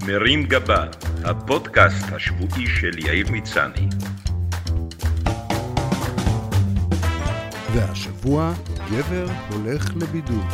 מרים גבה, הפודקאסט השבועי של יאיר מצני. והשבוע גבר הולך לבידוד.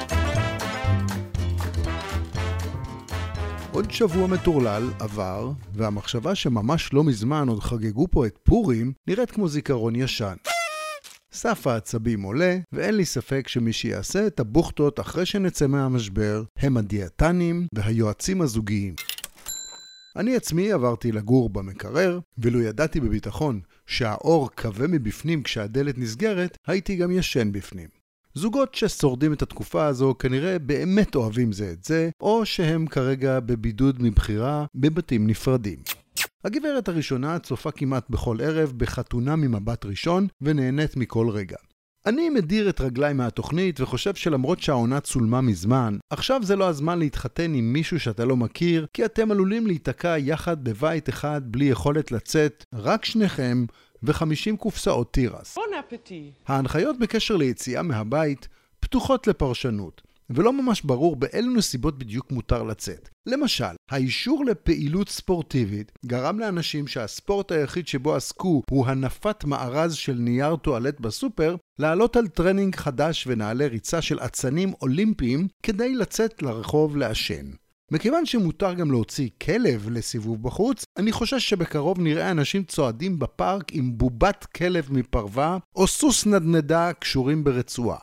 עוד שבוע מטורלל עבר, והמחשבה שממש לא מזמן עוד חגגו פה את פורים נראית כמו זיכרון ישן. סף העצבים עולה, ואין לי ספק שמי שיעשה את הבוכטות אחרי שנצא מהמשבר הם הדיאטנים והיועצים הזוגיים. אני עצמי עברתי לגור במקרר, ולו ידעתי בביטחון שהאור כבה מבפנים כשהדלת נסגרת, הייתי גם ישן בפנים. זוגות ששורדים את התקופה הזו כנראה באמת אוהבים זה את זה, או שהם כרגע בבידוד מבחירה בבתים נפרדים. הגברת הראשונה צופה כמעט בכל ערב בחתונה ממבט ראשון ונהנית מכל רגע. אני מדיר את רגליי מהתוכנית וחושב שלמרות שהעונה צולמה מזמן, עכשיו זה לא הזמן להתחתן עם מישהו שאתה לא מכיר, כי אתם עלולים להיתקע יחד בבית אחד בלי יכולת לצאת, רק שניכם ו50 קופסאות תירס. בון אפטי. ההנחיות בקשר ליציאה מהבית פתוחות לפרשנות, ולא ממש ברור באילו נסיבות בדיוק מותר לצאת. למשל, האישור לפעילות ספורטיבית גרם לאנשים שהספורט היחיד שבו עסקו הוא הנפת מארז של נייר טואלט בסופר, לעלות על טרנינג חדש ונעלי ריצה של עצנים אולימפיים כדי לצאת לרחוב לעשן. מכיוון שמותר גם להוציא כלב לסיבוב בחוץ, אני חושש שבקרוב נראה אנשים צועדים בפארק עם בובת כלב מפרווה או סוס נדנדה קשורים ברצועה.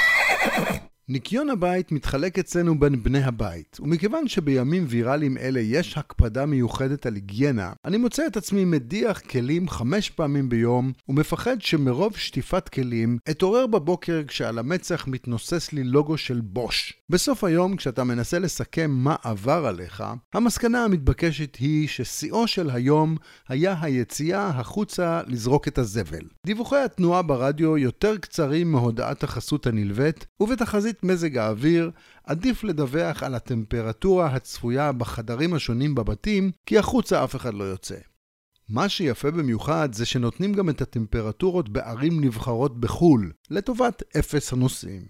ניקיון הבית מתחלק אצלנו בין בני הבית, ומכיוון שבימים ויראליים אלה יש הקפדה מיוחדת על היגיינה, אני מוצא את עצמי מדיח כלים 5 פעמים ביום, ומפחד שמרוב שטיפת כלים אתעורר בבוקר כשעל המצח מתנוסס לי לוגו של בוש. בסוף היום, כשאתה מנסה לסכם מה עבר עליך, המסקנה המתבקשת היא ששיאו של היום היה היציאה החוצה לזרוק את הזבל. דיווחי התנועה ברדיו יותר קצרים מהודעת החסות הנלווית, ובתחזית מזג האוויר עדיף לדווח על הטמפרטורה הצפויה בחדרים השונים בבתים, כי החוצה אף אחד לא יוצא. מה שיפה במיוחד זה שנותנים גם את הטמפרטורות בערים נבחרות בחול, לטובת 0 הנוסעים.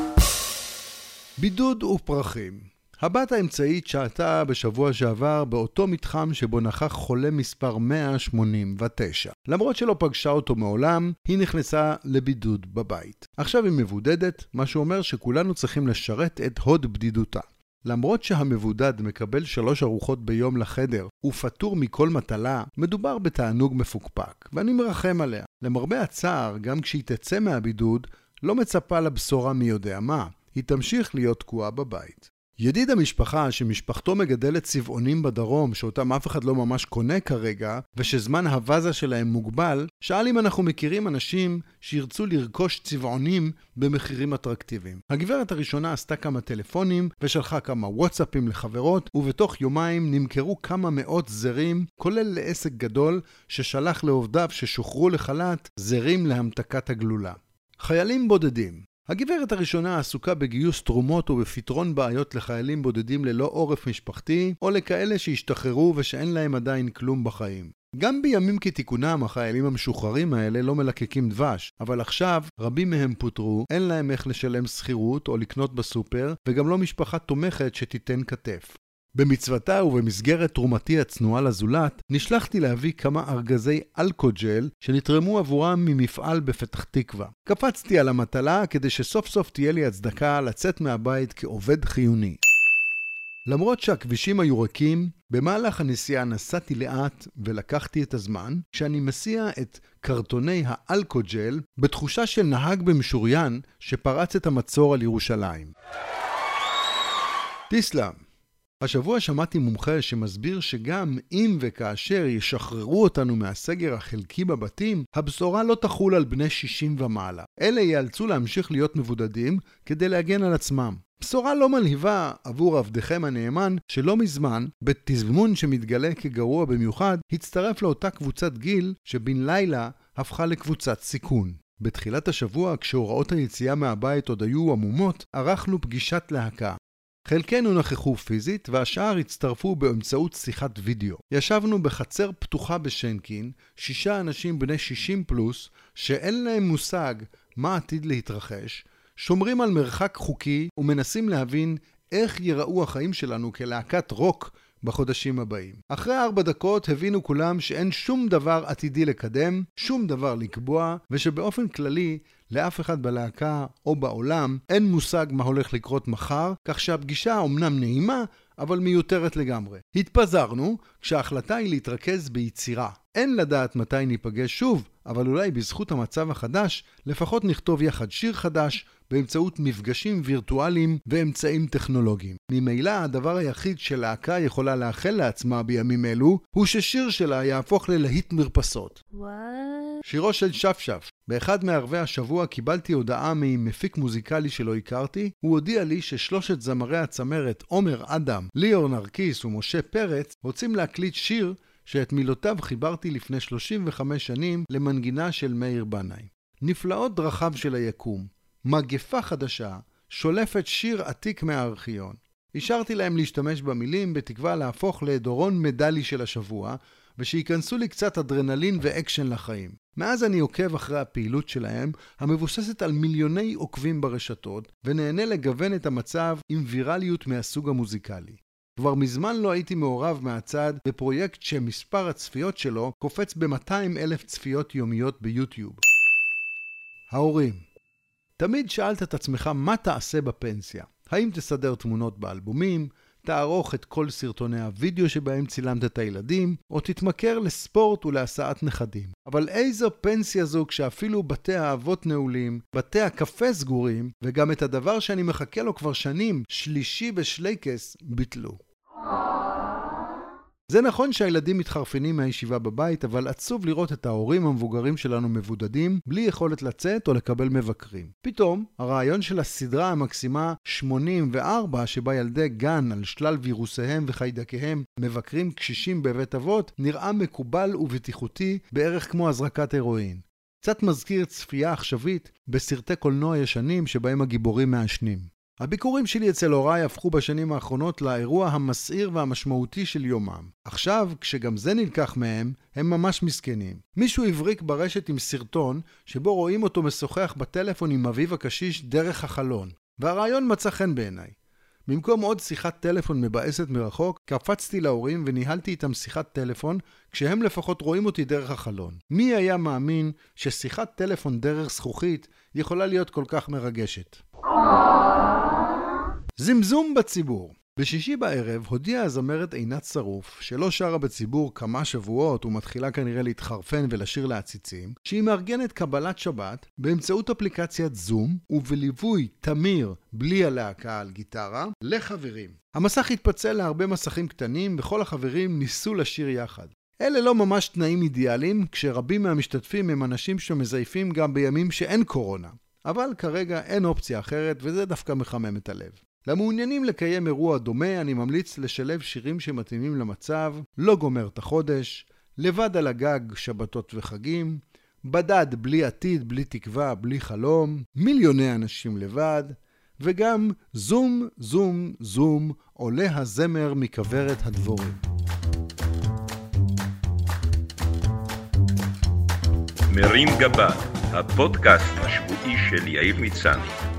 בידוד ופרחים. הבת האמצעית שעתה בשבוע שעבר באותו מתחם שבו נכח חולה מספר 189. למרות שלא פגשה אותו מעולם, היא נכנסה לבידוד בבית. עכשיו היא מבודדת, מה שאומר שכולנו צריכים לשרת את הוד בדידותה. למרות שהמבודד מקבל 3 ארוחות ביום לחדר ופטור מכל מטלה, מדובר בתענוג מפוקפק, ואני מרחם עליה. למרבה הצער, גם כשהיא תצא מהבידוד, לא מצפה לבשורה מי יודע מה. היא תמשיך להיות תקועה בבית. ידיד המשפחה שמשפחתו מגדלת צבעונים בדרום שאותם אף אחד לא ממש קונה כרגע ושזמן הווזה שלהם מוגבל, שאל אם אנחנו מכירים אנשים שירצו לרכוש צבעונים במחירים אטרקטיביים. הגברת הראשונה עשתה כמה טלפונים ושלחה כמה וואטסאפים לחברות, ובתוך יומיים נמכרו כמה מאות זרים, כולל לעסק גדול ששלח לעובדיו ששוחררו לחל"ת זרים להמתקת הגלולה. חיילים בודדים. הגברת הראשונה עסוקה בגיוס תרומות ובפתרון בעיות לחיילים בודדים ללא עורף משפחתי, או לכאלה שהשתחררו ושאין להם עדיין כלום בחיים. גם בימים כתיקונם החיילים המשוחררים האלה לא מלקקים דבש, אבל עכשיו רבים מהם פוטרו, אין להם איך לשלם שכירות או לקנות בסופר, וגם לא משפחה תומכת שתיתן כתף. במצוותה ובמסגרת תרומתי הצנועה לזולת, נשלחתי להביא כמה ארגזי אלכוג'ל שנתרמו עבורם ממפעל בפתח תקווה. קפצתי על המטלה כדי שסוף סוף תהיה לי הצדקה לצאת מהבית כעובד חיוני. למרות שהכבישים היו ריקים, במהלך הנסיעה נסעתי לאט ולקחתי את הזמן, כשאני מסיע את קרטוני האלכוג'ל בתחושה של נהג במשוריין שפרץ את המצור על ירושלים. תסלם. השבוע שמעתי מומחה שמסביר שגם אם וכאשר ישחררו אותנו מהסגר החלקי בבתים, הבשורה לא תחול על בני 60 ומעלה. אלה ייאלצו להמשיך להיות מבודדים כדי להגן על עצמם. בשורה לא מלהיבה עבור עבדכם הנאמן שלא מזמן, בתזמון שמתגלה כגרוע במיוחד, הצטרף לאותה קבוצת גיל שבין לילה הפכה לקבוצת סיכון. בתחילת השבוע, כשהוראות היציאה מהבית עוד היו עמומות, ערכנו פגישת להקה. חלקנו נכחו פיזית והשאר הצטרפו באמצעות שיחת וידאו. ישבנו בחצר פתוחה בשנקין, 6 אנשים בני 60 פלוס שאין להם מושג מה עתיד להתרחש, שומרים על מרחק חוקי ומנסים להבין איך ייראו החיים שלנו כלהקת רוק בחודשים הבאים. אחרי 4 דקות הבינו כולם שאין שום דבר עתידי לקדם, שום דבר לקבוע, ושבאופן כללי לאף אחד בלהקה או בעולם אין מושג מה הולך לקרות מחר, כך שהפגישה אומנם נעימה, אבל מיותרת לגמרי. התפזרנו כשההחלטה היא להתרכז ביצירה. אין לדעת מתי ניפגש שוב, אבל אולי בזכות המצב החדש, לפחות נכתוב יחד שיר חדש באמצעות מפגשים וירטואליים ואמצעים טכנולוגיים. ממילא הדבר היחיד שלהקה יכולה לאחל לעצמה בימים אלו, הוא ששיר שלה יהפוך ללהיט מרפסות. שירו של שפשף. באחד מערבי השבוע קיבלתי הודעה ממפיק מוזיקלי שלא הכרתי. הוא הודיע לי ששלושת זמרי הצמרת עומר אדם, ליאור נרקיס ומשה פרץ רוצים להקליט שיר שאת מילותיו חיברתי לפני 35 שנים למנגינה של מאיר בנאי. נפלאות דרכיו של היקום, מגפה חדשה, שולפת שיר עתיק מהארכיון. השארתי להם להשתמש במילים בתקווה להפוך לדורון מדלי של השבוע, ושיכנסו לי קצת אדרנלין ואקשן לחיים. מאז אני עוקב אחרי הפעילות שלהם, המבוססת על מיליוני עוקבים ברשתות, ונהנה לגוון את המצב עם וירליות מהסוג המוזיקלי. כבר מזמן לא הייתי מעורב מהצד בפרויקט שמספר הצפיות שלו קופץ ב-200,000 צפיות יומיות ביוטיוב. ההורים. תמיד שאלת את עצמך מה תעשה בפנסיה. האם תסדר תמונות באלבומים, תערוך את כל סרטוני הוידאו שבהם צילמת את הילדים, או תתמכר לספורט ולהסעת נכדים. אבל איזו פנסיה זו כשאפילו בתי האבות נעולים, בתי הקפה סגורים, וגם את הדבר שאני מחכה לו כבר שנים, שלישי בשלייקס, ביטלו. זה נכון שהילדים מתחרפנים מהישיבה בבית, אבל עצוב לראות את ההורים המבוגרים שלנו מבודדים, בלי יכולת לצאת או לקבל מבקרים. פתאום, הרעיון של הסדרה המקסימה 84, שבה ילדי גן על שלל וירוסיהם וחיידקיהם מבקרים קשישים בבית אבות, נראה מקובל ובטיחותי בערך כמו הזרקת הרואין. קצת מזכיר צפייה עכשווית בסרטי קולנוע ישנים שבהם הגיבורים מעשנים. הביקורים שלי אצל הוריי הפכו בשנים האחרונות לאירוע המסעיר והמשמעותי של יומם. עכשיו, כשגם זה נלקח מהם, הם ממש מסכנים. מישהו הבריק ברשת עם סרטון שבו רואים אותו משוחח בטלפון עם אביו הקשיש דרך החלון. והרעיון מצא חן בעיניי. במקום עוד שיחת טלפון מבאסת מרחוק, קפצתי להורים וניהלתי איתם שיחת טלפון, כשהם לפחות רואים אותי דרך החלון. מי היה מאמין ששיחת טלפון דרך זכוכית יכולה להיות כל כך מרגשת? זמזום בציבור. בשישי בערב הודיעה הזמרת עינת שרוף, שלא שרה בציבור כמה שבועות ומתחילה כנראה להתחרפן ולשיר לעציצים, שהיא מארגנת קבלת שבת באמצעות אפליקציית זום ובליווי תמיר בלי הלהקה על גיטרה לחברים. המסך התפצל להרבה מסכים קטנים וכל החברים ניסו לשיר יחד. אלה לא ממש תנאים אידיאליים, כשרבים מהמשתתפים הם אנשים שמזייפים גם בימים שאין קורונה. אבל כרגע אין אופציה אחרת וזה דווקא מחמם את הלב. למעוניינים לקיים אירוע דומה אני ממליץ לשלב שירים שמתאימים למצב, לא גומר את החודש, לבד על הגג שבתות וחגים, בדד בלי עתיד, בלי תקווה, בלי חלום, מיליוני אנשים לבד, וגם זום, זום, זום, עולה הזמר מכוורת הדבורים. מרים גבה, הפודקאסט השבועי של יאיר מצני.